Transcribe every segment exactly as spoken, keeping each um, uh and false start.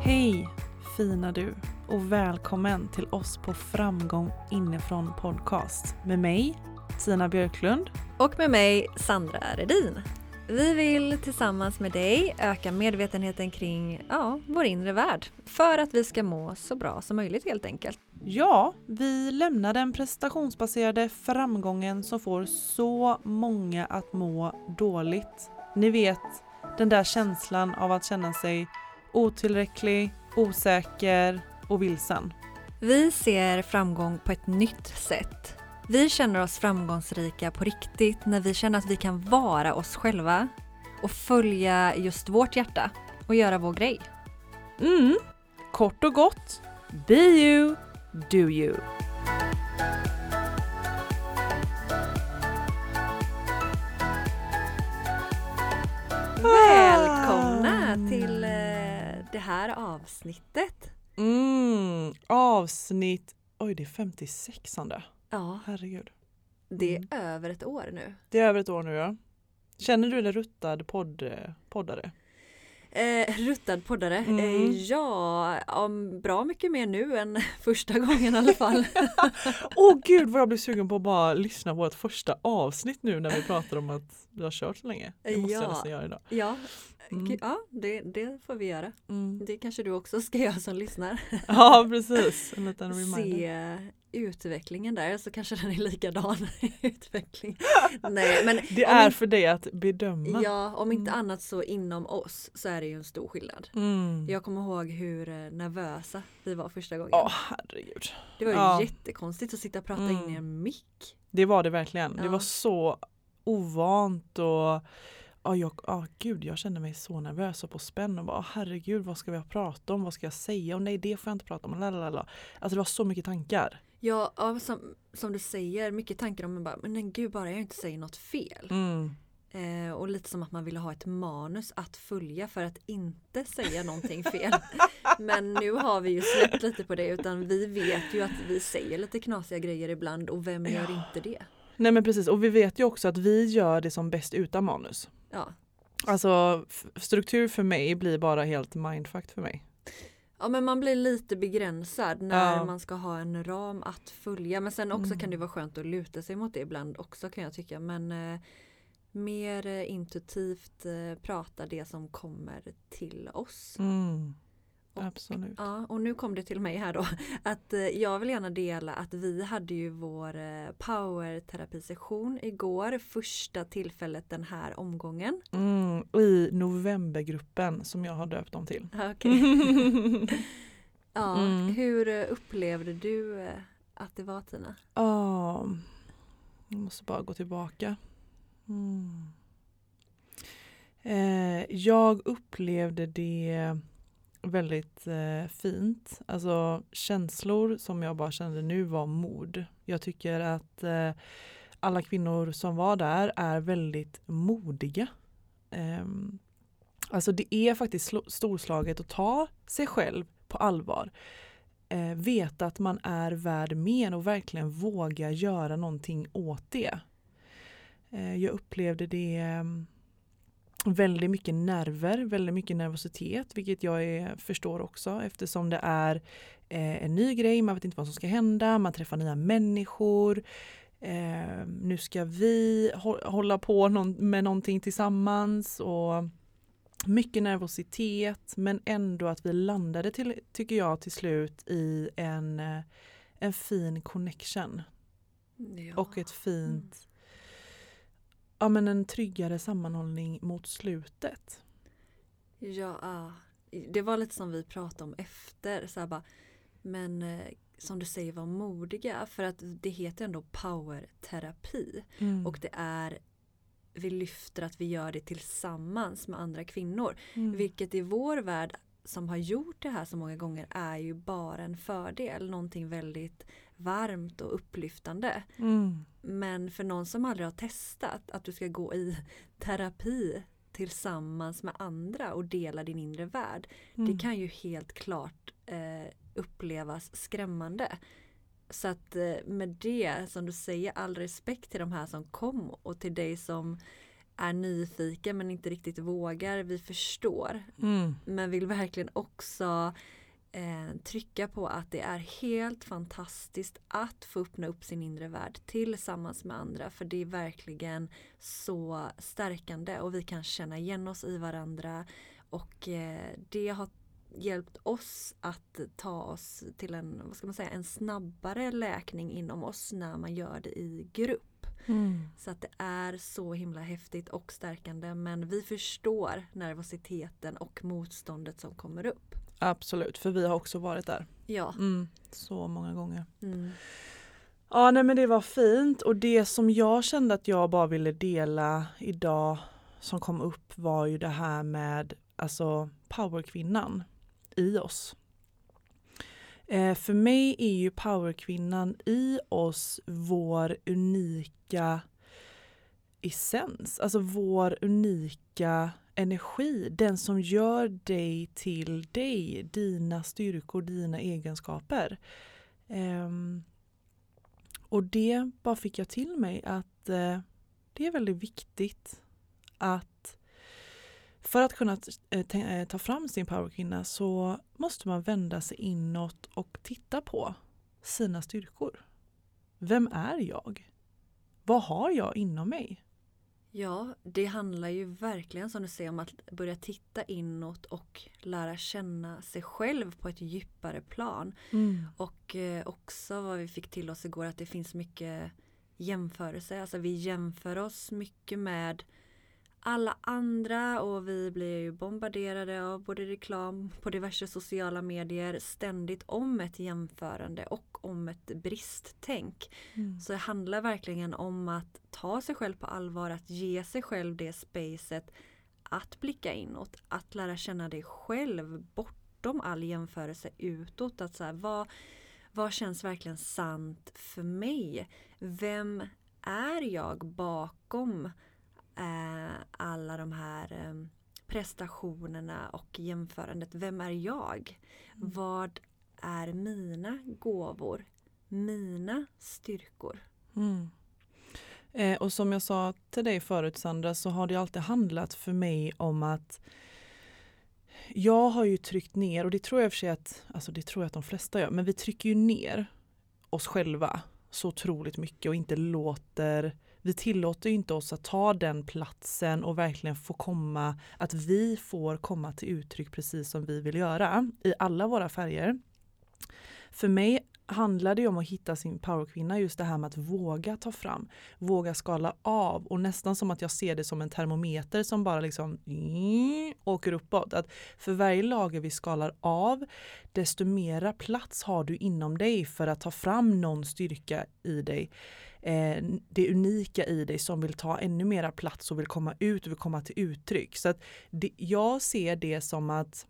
Hej fina du och välkommen till oss på Framgång inifrån podcast med mig Tina Björklund och med mig Sandra Redin. Vi vill tillsammans med dig öka medvetenheten kring ja, vår inre värld för att vi ska må så bra som möjligt helt enkelt. Ja, vi lämnar den prestationsbaserade framgången som får så många att må dåligt. Ni vet, den där känslan av att känna sig otillräcklig, osäker och vilsen. Vi ser framgång på ett nytt sätt. Vi känner oss framgångsrika på riktigt när vi känner att vi kan vara oss själva och följa just vårt hjärta och göra vår grej. Mm, kort och gott, be you, do you. Välkomna till eh, det här avsnittet. Mm, avsnitt, oj det är femtiosex andra. Ja, herregud. det är Mm. över ett år nu. Det är över ett år nu, ja. Känner du dig ruttad podd, poddare? Eh, ruttad poddare? Mm. Eh, ja, om bra mycket mer nu än första gången i alla fall. Åh oh, gud vad jag blir sugen på att bara lyssna på vårt första avsnitt nu när vi pratar om att vi har kört så länge. Det måste Ja. jag nästan göra idag. Ja, Mm. ja det, det får vi göra. Mm. Det kanske du också ska göra som lyssnar. Ja, precis. En liten reminder. Se utvecklingen där, så kanske den är likadan utveckling. Nej, men Det om är in- för dig att bedöma. Ja, om inte Mm. annat så inom oss så är det ju en stor skillnad. Mm. Jag kommer ihåg hur eh, nervösa vi var första gången. Åh, herregud. Det var ju Ja. jättekonstigt att sitta och prata Mm. in i en mick. Det var det verkligen. Det Ja. var så ovant och ja, jag, ja, gud, jag kände mig så nervös och på spänn och bara, herregud, vad ska vi prata om? Vad ska jag säga? Och nej, det får jag inte prata om. Lalalala. Alltså det var så mycket tankar. Ja, ja som, som du säger, mycket tankar om man bara, men nej, gud bara jag inte säger något fel. Mm. Eh, och lite som att man ville ha ett manus att följa för att inte säga någonting fel. Men nu har vi ju släppt lite på det, utan vi vet ju att vi säger lite knasiga grejer ibland, och vem gör Ja. inte det? Nej men precis, och vi vet ju också att vi gör det som bäst utan manus. Ja. Alltså f- struktur för mig blir bara helt mindfuck för mig. Ja, men man blir lite begränsad när Ja. man ska ha en ram att följa. Men sen också Mm. kan det vara skönt att luta sig mot det ibland också, kan jag tycka. Men eh, mer eh, intuitivt eh, prata det som kommer till oss. Mm. Och- Absolut. Ja, och nu kom det till mig här då att eh, jag vill gärna dela att vi hade ju vår eh, powerterapisession igår, första tillfället den här omgången. Mm. I novembergruppen som jag har döpt dem till. Ja, okej. Ja, Mm. hur eh, upplevde du eh, att det var, Tina? Ja, jag måste bara gå tillbaka. Mm. Eh, jag upplevde det väldigt eh, fint. Alltså känslor som jag bara kände nu var mod. Jag tycker att eh, alla kvinnor som var där är väldigt modiga. Eh, alltså det är faktiskt sl- storslaget att ta sig själv på allvar. Eh, veta att man är värd mer och verkligen våga göra någonting åt det. Eh, jag upplevde det eh, väldigt mycket nerver, väldigt mycket nervositet, vilket jag är, förstår också eftersom det är eh, en ny grej, man vet inte vad som ska hända, man träffar nya människor. Eh, nu ska vi hå- hålla på någon, med någonting tillsammans och mycket nervositet, men ändå att vi landade till, tycker jag till slut i en, eh, en fin connection Ja. och ett fint, ja men en tryggare sammanhållning mot slutet. Ja, ah. Det var lite som vi pratade om efter. Så här bara, men eh, som du säger, var modiga. För att det heter ändå powerterapi. Mm. Och det är, vi lyfter att vi gör det tillsammans med andra kvinnor. Mm. Vilket i vår värld som har gjort det här så många gånger är ju bara en fördel. Någonting väldigt varmt och upplyftande. Mm. Men för någon som aldrig har testat att du ska gå i terapi tillsammans med andra och dela din inre värld. Mm. Det kan ju helt klart eh, upplevas skrämmande. Så att eh, med det, som du säger, all respekt till de här som kom och till dig som är nyfiken men inte riktigt vågar. Vi förstår. Mm. Men vill verkligen också eh, trycka på att det är helt fantastiskt att få öppna upp sin inre värld tillsammans med andra. För det är verkligen så stärkande och vi kan känna igen oss i varandra. Och eh, det har hjälpt oss att ta oss till en, vad ska man säga, en snabbare läkning inom oss när man gör det i grupp. Mm. Så att det är så himla häftigt och stärkande, men vi förstår nervositeten och motståndet som kommer upp. Absolut, för vi har också varit där. Ja. Mm. Så många gånger. Mm. Ja, nej, men det var fint. Och det som jag kände att jag bara ville dela idag som kom upp var ju det här med alltså powerkvinnan i oss. Eh, för mig är ju powerkvinnan i oss vår unika essens. Alltså vår unika energi. Den som gör dig till dig. Dina styrkor, dina egenskaper. Eh, och det bara fick jag till mig att eh, det är väldigt viktigt att för att kunna t- ta fram sin powerkvinna så måste man vända sig inåt och titta på sina styrkor. Vem är jag? Vad har jag inom mig? Ja, det handlar ju verkligen som du säger om att börja titta inåt och lära känna sig själv på ett djupare plan. Mm. Och eh, också vad vi fick till oss igår att det finns mycket jämförelse. Alltså vi jämför oss mycket med alla andra och vi blir ju bombarderade av både reklam på diverse sociala medier ständigt om ett jämförande och om ett bristtänk. Mm. Så det handlar verkligen om att ta sig själv på allvar, att ge sig själv det spacet, att blicka inåt, att lära känna dig själv bortom all jämförelse utåt. Att så här, vad, vad känns verkligen sant för mig? Vem är jag bakom Eh, alla de här eh, prestationerna och jämförandet? Vem är jag? Mm. Vad är mina gåvor? Mina styrkor? Mm. Eh, och som jag sa till dig förut, Sandra, så har det alltid handlat för mig om att jag har ju tryckt ner, och det tror jag för sig att, alltså det tror jag att de flesta gör, men vi trycker ju ner oss själva så otroligt mycket och inte låter Vi tillåter ju inte oss att ta den platsen och verkligen få komma, att vi får komma till uttryck precis som vi vill göra i alla våra färger. För mig handlar det om att hitta sin powerkvinna, just det här med att våga ta fram, våga skala av, och nästan som att jag ser det som en termometer som bara liksom mm, åker uppåt. Att för varje lager vi skalar av, desto mera plats har du inom dig för att ta fram någon styrka i dig. Eh, det unika i dig som vill ta ännu mera plats och vill komma ut och vill komma till uttryck. Så att det, jag ser det som att,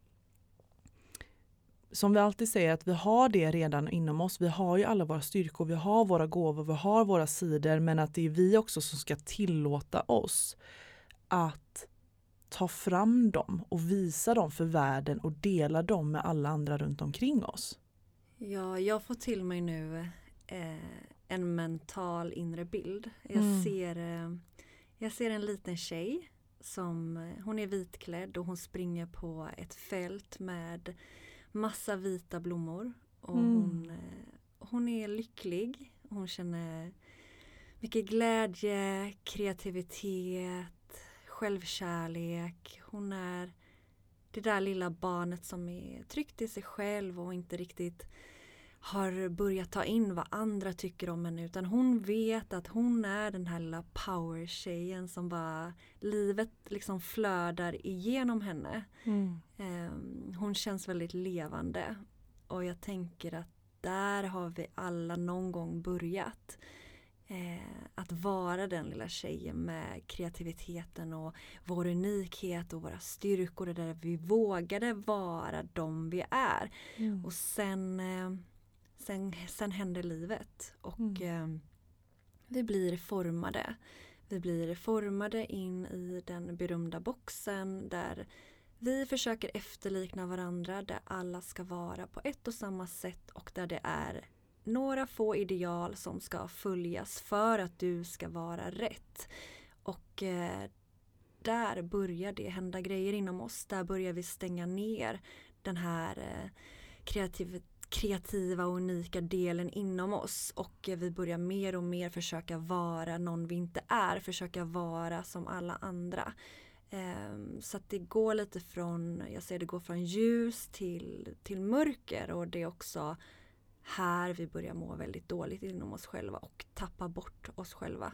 som vi alltid säger, att vi har det redan inom oss. Vi har ju alla våra styrkor, vi har våra gåvor, vi har våra sidor, men att det är vi också som ska tillåta oss att ta fram dem och visa dem för världen och dela dem med alla andra runt omkring oss. Ja, jag får till mig nu eh, en mental inre bild. Jag, Mm. ser, eh, jag ser en liten tjej som, hon är vitklädd och hon springer på ett fält med massa vita blommor. Och Mm. hon, eh, hon är lycklig. Hon känner mycket glädje, kreativitet, självkärlek. Hon är det där lilla barnet som är tryggt i sig själv och inte riktigt har börjat ta in vad andra tycker om henne, utan hon vet att hon är den här lilla power-tjejen som bara, livet liksom flödar igenom henne. Mm. Um, hon känns väldigt levande och jag tänker att där har vi alla någon gång börjat. Eh, att vara den lilla tjejen med kreativiteten och vår unikhet och våra styrkor, där vi vågade vara de vi är. Mm. Och sen, eh, sen, sen händer livet och Mm. eh, vi blir formade. Vi blir formade in i den berömda boxen där vi försöker efterlikna varandra, där alla ska vara på ett och samma sätt och där det är några få ideal som ska följas för att du ska vara rätt. Och eh, där börjar det hända grejer inom oss. Där börjar vi stänga ner den här eh, kreativ, kreativa och unika delen inom oss. Och eh, vi börjar mer och mer försöka vara någon vi inte är. Försöka vara som alla andra. Eh, så att det går lite från, jag säger det går från ljus till, till mörker. Och det är också här vi börjar må väldigt dåligt inom oss själva och tappa bort oss själva.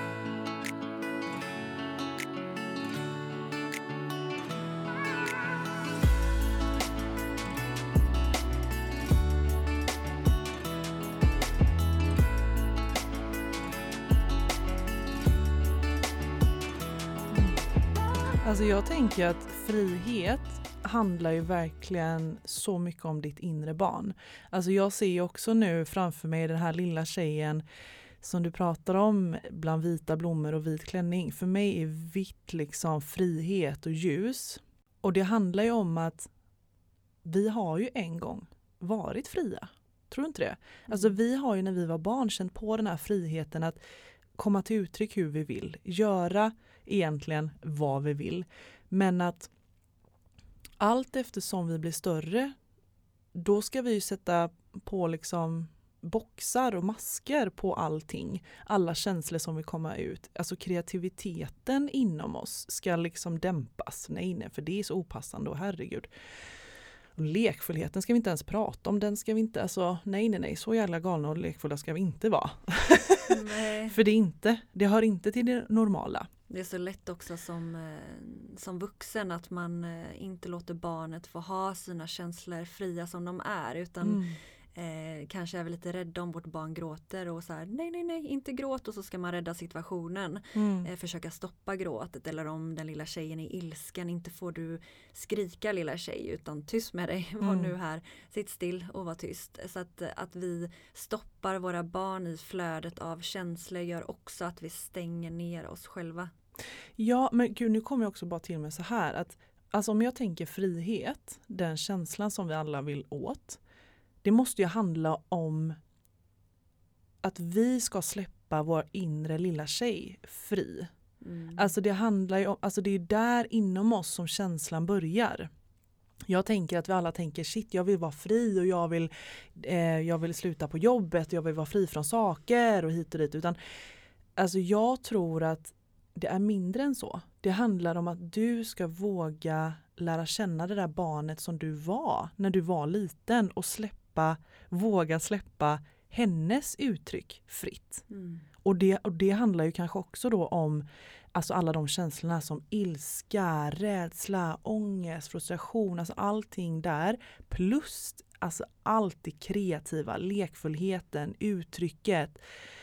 Alltså jag tänker att frihet handlar ju verkligen så mycket om ditt inre barn. Alltså jag ser ju också nu framför mig den här lilla tjejen som du pratar om bland vita blommor och vit klänning. För mig är vitt liksom frihet och ljus. Och det handlar ju om att vi har ju en gång varit fria. Tror du inte det? Alltså vi har ju när vi var barn känt på den här friheten att komma till uttryck hur vi vill. Göra egentligen vad vi vill. Men att allt eftersom vi blir större, då ska vi ju sätta på liksom boxar och masker på allting. Alla känslor som vill komma ut. Alltså kreativiteten inom oss ska liksom dämpas. Nej, nej, för det är så opassande och herregud. Och lekfullheten ska vi inte ens prata om. Den ska vi inte, alltså nej, nej, nej. Så jävla galna och lekfulla ska vi inte vara. Nej. För det är inte, det hör inte till det normala. Det är så lätt också som, eh, som vuxen att man eh, inte låter barnet få ha sina känslor fria som de är. Utan Mm. eh, kanske är vi lite rädda om vårt barn gråter och så här, nej, nej, nej, inte gråt. Och så ska man rädda situationen. Mm. Eh, försöka stoppa gråtet. Eller om den lilla tjejen är ilsken, inte får du skrika lilla tjej utan tyst med dig. Var Mm. nu här, sitt still och var tyst. Så att, att vi stoppar våra barn i flödet av känslor gör också att vi stänger ner oss själva. Ja, men gud, nu kommer jag också bara till mig så här att alltså om jag tänker frihet, den känslan som vi alla vill åt, det måste ju handla om att vi ska släppa vår inre lilla tjej fri. Mm. Alltså det handlar ju om, alltså det är där inom oss som känslan börjar. Jag tänker att vi alla tänker shit, jag vill vara fri och jag vill, eh, jag vill sluta på jobbet och jag vill vara fri från saker och hit och dit. Utan alltså jag tror att det är mindre än så. Det handlar om att du ska våga lära känna det där barnet som du var när du var liten och släppa, våga släppa hennes uttryck fritt. Mm. Och det, och det handlar ju kanske också då om alltså alla de känslorna som ilska, rädsla, ångest, frustration, alltså allting där. Plus alltså allt det kreativa, lekfullheten, uttrycket.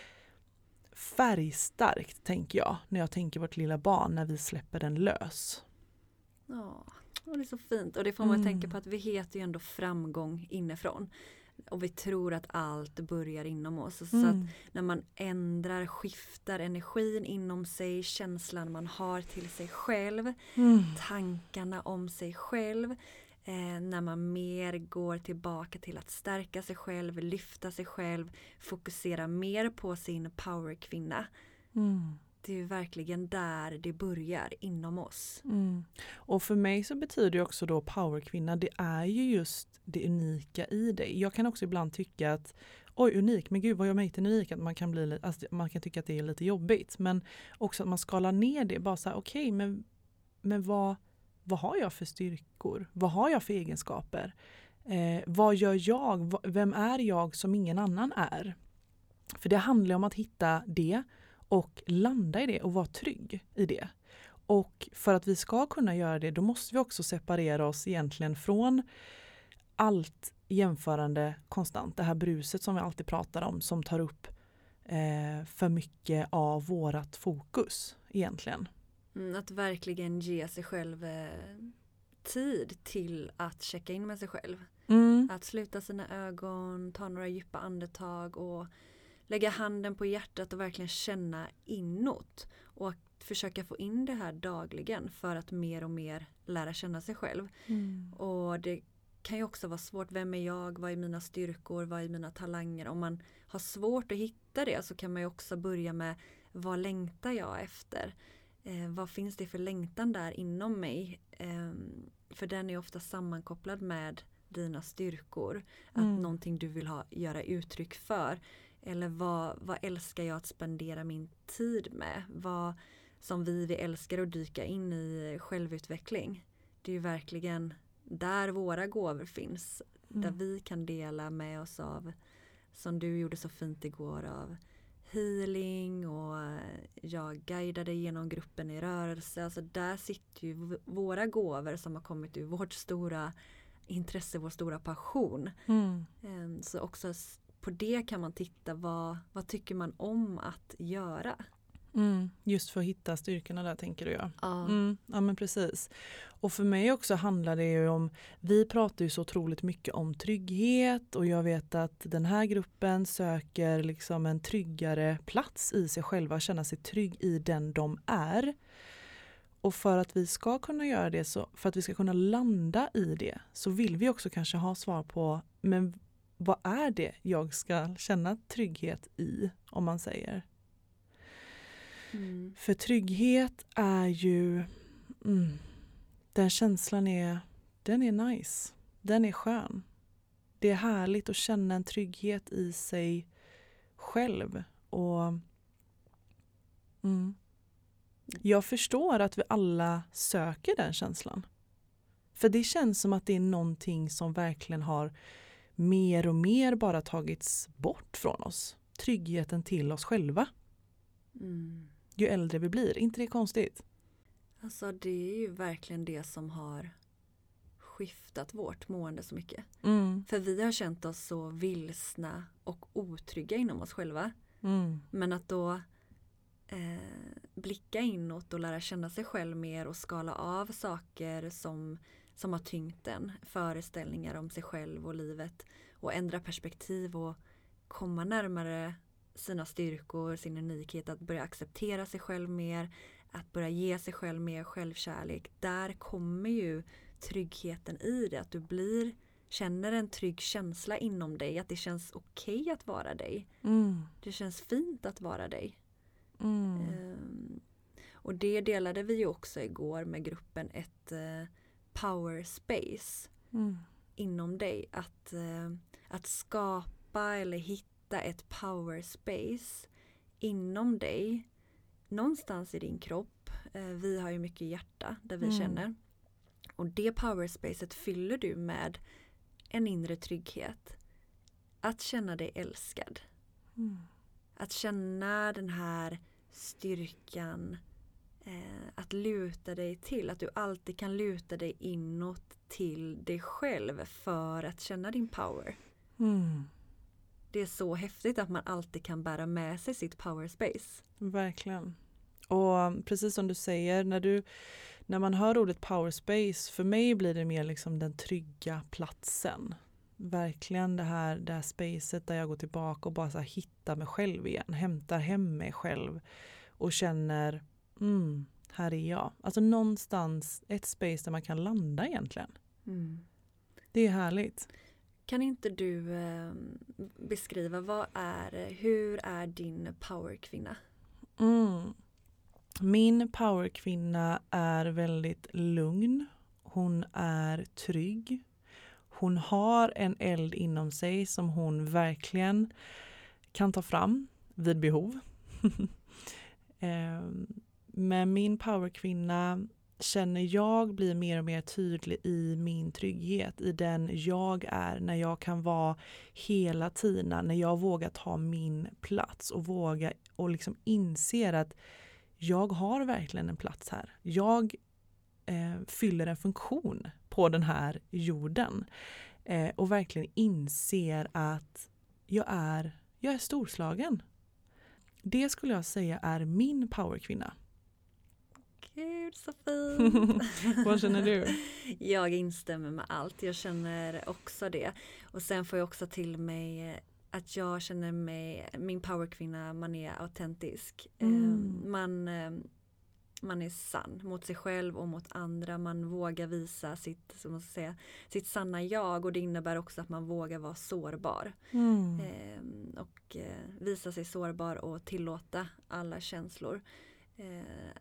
Färgstarkt tänker jag när jag tänker vårt lilla barn när vi släpper den lös. Ja, och det är så fint. Och det får man Mm. tänka på att vi heter ju ändå framgång inifrån. Och vi tror att allt börjar inom oss. Så Mm. att när man ändrar, skiftar energin inom sig, känslan man har till sig själv, Mm. tankarna om sig själv. Eh, när man mer går tillbaka till att stärka sig själv, lyfta sig själv, fokusera mer på sin powerkvinna. Mm. Det är ju verkligen där det börjar inom oss. Mm. Och för mig så betyder det också då powerkvinna, det är ju just det unika i dig. Jag kan också ibland tycka att oj, unik, men gud vad jag mig till unik, att man kan bli lite, alltså, man kan tycka att det är lite jobbigt, men också att man skalar ner det, bara så här, okej, okay, men, men vad, vad har jag för styrkor? Vad har jag för egenskaper? Eh, vad gör jag? Vem är jag som ingen annan är? För det handlar om att hitta det och landa i det och vara trygg i det. Och för att vi ska kunna göra det, då måste vi också separera oss egentligen från allt jämförande konstant. Det här bruset som vi alltid pratar om som tar upp eh, för mycket av vårat fokus egentligen. Mm, att verkligen ge sig själv eh, tid till att checka in med sig själv. Mm. Att sluta sina ögon, ta några djupa andetag och lägga handen på hjärtat och verkligen känna inåt. Och att försöka få in det här dagligen för att mer och mer lära känna sig själv. Mm. Och det kan ju också vara svårt. Vem är jag? Vad är mina styrkor? Vad är mina talanger? Om man har svårt att hitta det så kan man ju också börja med vad längtar jag efter? Eh, vad finns det för längtan där inom mig? Eh, för den är ofta sammankopplad med dina styrkor. Att Mm. någonting du vill ha, göra uttryck för. Eller vad, vad älskar jag att spendera min tid med? Vad som vi, vi älskar att dyka in i självutveckling. Det är ju verkligen där våra gåvor finns. Mm. Där vi kan dela med oss av, som du gjorde så fint igår, av healing, och jag guidade genom gruppen i rörelse. Alltså där sitter ju v- våra gåvor som har kommit ur vårt stora intresse, vår stora passion. Mm. Um, så också s- på det kan man titta, vad, vad tycker man om att göra? Mm. Just för att hitta styrkorna där, tänker du ja. Ja. Mm, ja men precis. Och för mig också handlar det ju om, vi pratar ju så otroligt mycket om trygghet, och jag vet att den här gruppen söker liksom en tryggare plats i sig själva, känna sig trygg i den de är. Och för att vi ska kunna göra det, så för att vi ska kunna landa i det, så vill vi också kanske ha svar på, men vad är det jag ska känna trygghet i, om man säger. Mm. För trygghet är ju, mm, den känslan är, den är nice, den är skön. Det är härligt att känna en trygghet i sig själv. Och mm, jag förstår att vi alla söker den känslan. För det känns som att det är någonting som verkligen har mer och mer bara tagits bort från oss. Tryggheten till oss själva. Mm. Ju äldre vi blir, inte det är konstigt? Alltså det är ju verkligen det som har skiftat vårt mående så mycket. Mm, För vi har känt oss så vilsna och otrygga inom oss själva. mm, Men att då eh, blicka inåt och lära känna sig själv mer och skala av saker som, som har tyngt en. Föreställningar om sig själv och livet. Och ändra perspektiv och komma närmare sina styrkor, sin unikhet. Att börja acceptera sig själv mer. Att börja ge sig själv mer självkärlek. Där kommer ju tryggheten i det. Att du blir, känner en trygg känsla inom dig. Att det känns okej att vara dig. mm, Det känns fint att vara dig. mm, Um, och det delade vi ju också igår med gruppen, ett uh, power space mm, inom dig. Att, uh, att skapa eller hitta ett power space inom dig. Någonstans i din kropp. Uh, vi har ju mycket hjärta där vi Mm. känner. Och det power spacet fyller du med en inre trygghet. Att känna dig älskad. mm, Att känna den här styrkan, eh, att luta dig till, att du alltid kan luta dig inåt till dig själv för att känna din power. mm. Det är så häftigt att man alltid kan bära med sig sitt power space. Verkligen. Och precis som du säger, när, du, när man hör ordet power space, för mig blir det mer liksom den trygga platsen. Verkligen det här, det här spacet där jag går tillbaka och bara så här hittar mig själv igen. Hämtar hem mig själv och känner, mm, här är jag. Alltså någonstans ett space där man kan landa egentligen. Mm. Det är härligt. Kan inte du eh, beskriva, vad är, hur är din powerkvinna? Mm. Min powerkvinna är väldigt lugn. Hon är trygg. Hon har en eld inom sig som hon verkligen kan ta fram vid behov. Men min powerkvinna känner jag blir mer och mer tydlig i min trygghet, i den jag är, när jag kan vara hela tiden, när jag vågar ta min plats och våga och liksom inser att jag har verkligen en plats här. Jag eh, fyller en funktion på den här jorden eh, och verkligen inser att jag är, jag är storslagen. Det skulle jag säga är min powerkvinna. Gud, så fint! Vad känner du? Jag instämmer med allt. Jag känner också det. Och sen får jag också till mig att jag känner mig, min powerkvinna, man är autentisk. Mm. Man, man är sann mot sig själv och mot andra. Man vågar visa sitt, som man ska säga, sitt sanna jag. Och det innebär också att man vågar vara sårbar. Mm. Och visa sig sårbar och tillåta alla känslor.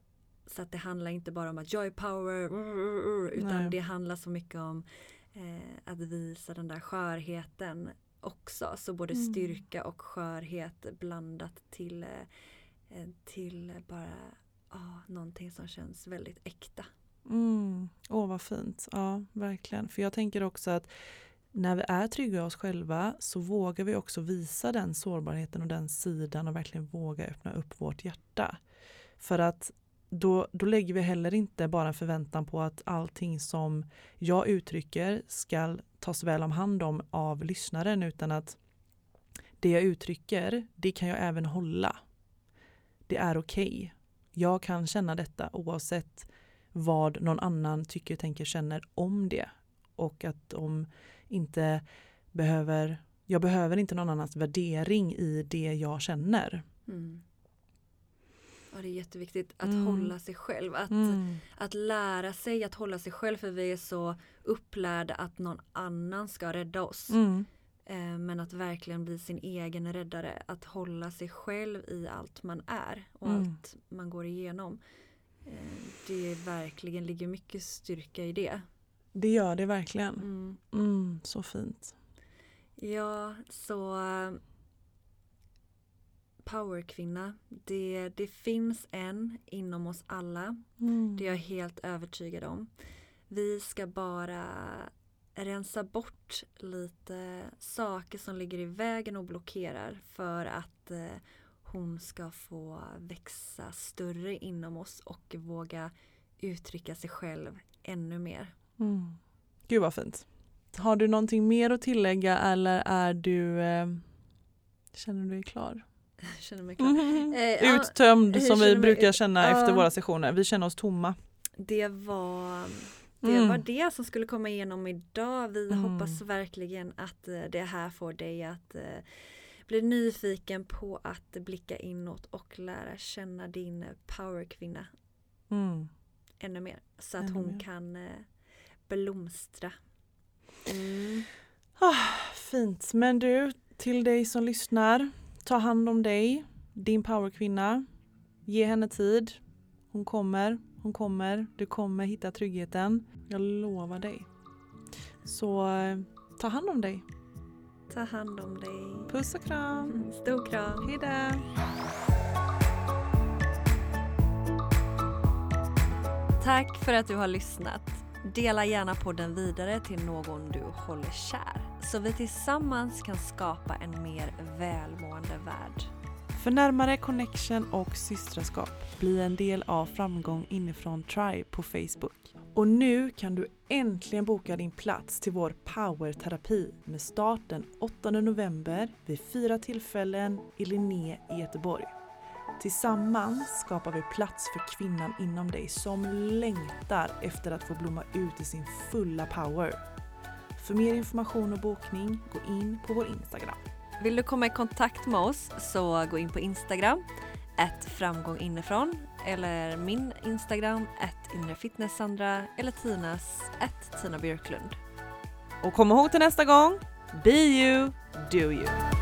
Så att det handlar inte bara om att jag är power, utan Nej. det handlar så mycket om eh, att visa den där skörheten också. Så både mm. styrka och skörhet blandat till, eh, till bara ah, någonting som känns väldigt äkta. Mm. Åh, vad fint. Ja, verkligen. För jag tänker också att när vi är trygga i oss själva så vågar vi också visa den sårbarheten och den sidan och verkligen våga öppna upp vårt hjärta. För att då, då lägger vi heller inte bara en förväntan på att allting som jag uttrycker ska tas väl om hand om av lyssnaren, utan att det jag uttrycker, det kan jag även hålla. Det är okej. Okay. Jag kan känna detta oavsett vad någon annan tycker, tänker, känner om det. Och att de inte behöver, jag behöver inte någon annans värdering i det jag känner. Mm. Ja, det är jätteviktigt att mm. hålla sig själv. Att, mm. att lära sig att hålla sig själv, för vi är så upplärda att någon annan ska rädda oss. Mm. Eh, men att verkligen bli sin egen räddare. Att hålla sig själv i allt man är och mm. allt man går igenom. Eh, det verkligen ligger mycket styrka i det. Det gör det verkligen. Mm. Mm, så fint. Ja, så powerkvinna, det, det finns en inom oss alla. Mm. Det är jag helt övertygad om. Vi ska bara rensa bort lite saker som ligger i vägen och blockerar för att eh, hon ska få växa större inom oss och våga uttrycka sig själv ännu mer. Mm. Gud vad fint. Har du någonting mer att tillägga eller är du eh, känner du dig klar? Känner mig klar. Mm. Eh, Uttömd ja, som vi mig, brukar känna uh, efter våra sessioner. Vi känner oss tomma. Det var det, mm. var det som skulle komma igenom idag. Vi mm. hoppas verkligen att uh, det här får dig att uh, bli nyfiken på att blicka inåt och lära känna din powerkvinna mm. ännu mer. Så att ännu hon mer. kan uh, blomstra. Mm. Ah, fint. Men du, till dig som lyssnar, ta hand om dig, din powerkvinna. Ge henne tid. Hon kommer, hon kommer. Du kommer hitta tryggheten. Jag lovar dig. Så ta hand om dig. Ta hand om dig. Puss och kram. Stor kram. Hej då. Tack för att du har lyssnat. Dela gärna podden vidare till någon du håller kär, så vi tillsammans kan skapa en mer välmående värld. För närmare connection och systraskap, bli en del av Framgång inifrån Tribe på Facebook. Och nu kan du äntligen boka din plats till vår powerterapi med start den åttonde november vid fyra tillfällen i Linné i Göteborg. Tillsammans skapar vi plats för kvinnan inom dig som längtar efter att få blomma ut i sin fulla power. För mer information och bokning, gå in på vår Instagram. Vill du komma i kontakt med oss så gå in på Instagram, at framgång inifrån, eller min Instagram, at inrefitnesssandra, eller Tinas, at Tina Björklund. Och kom ihåg till nästa gång, be you, do you.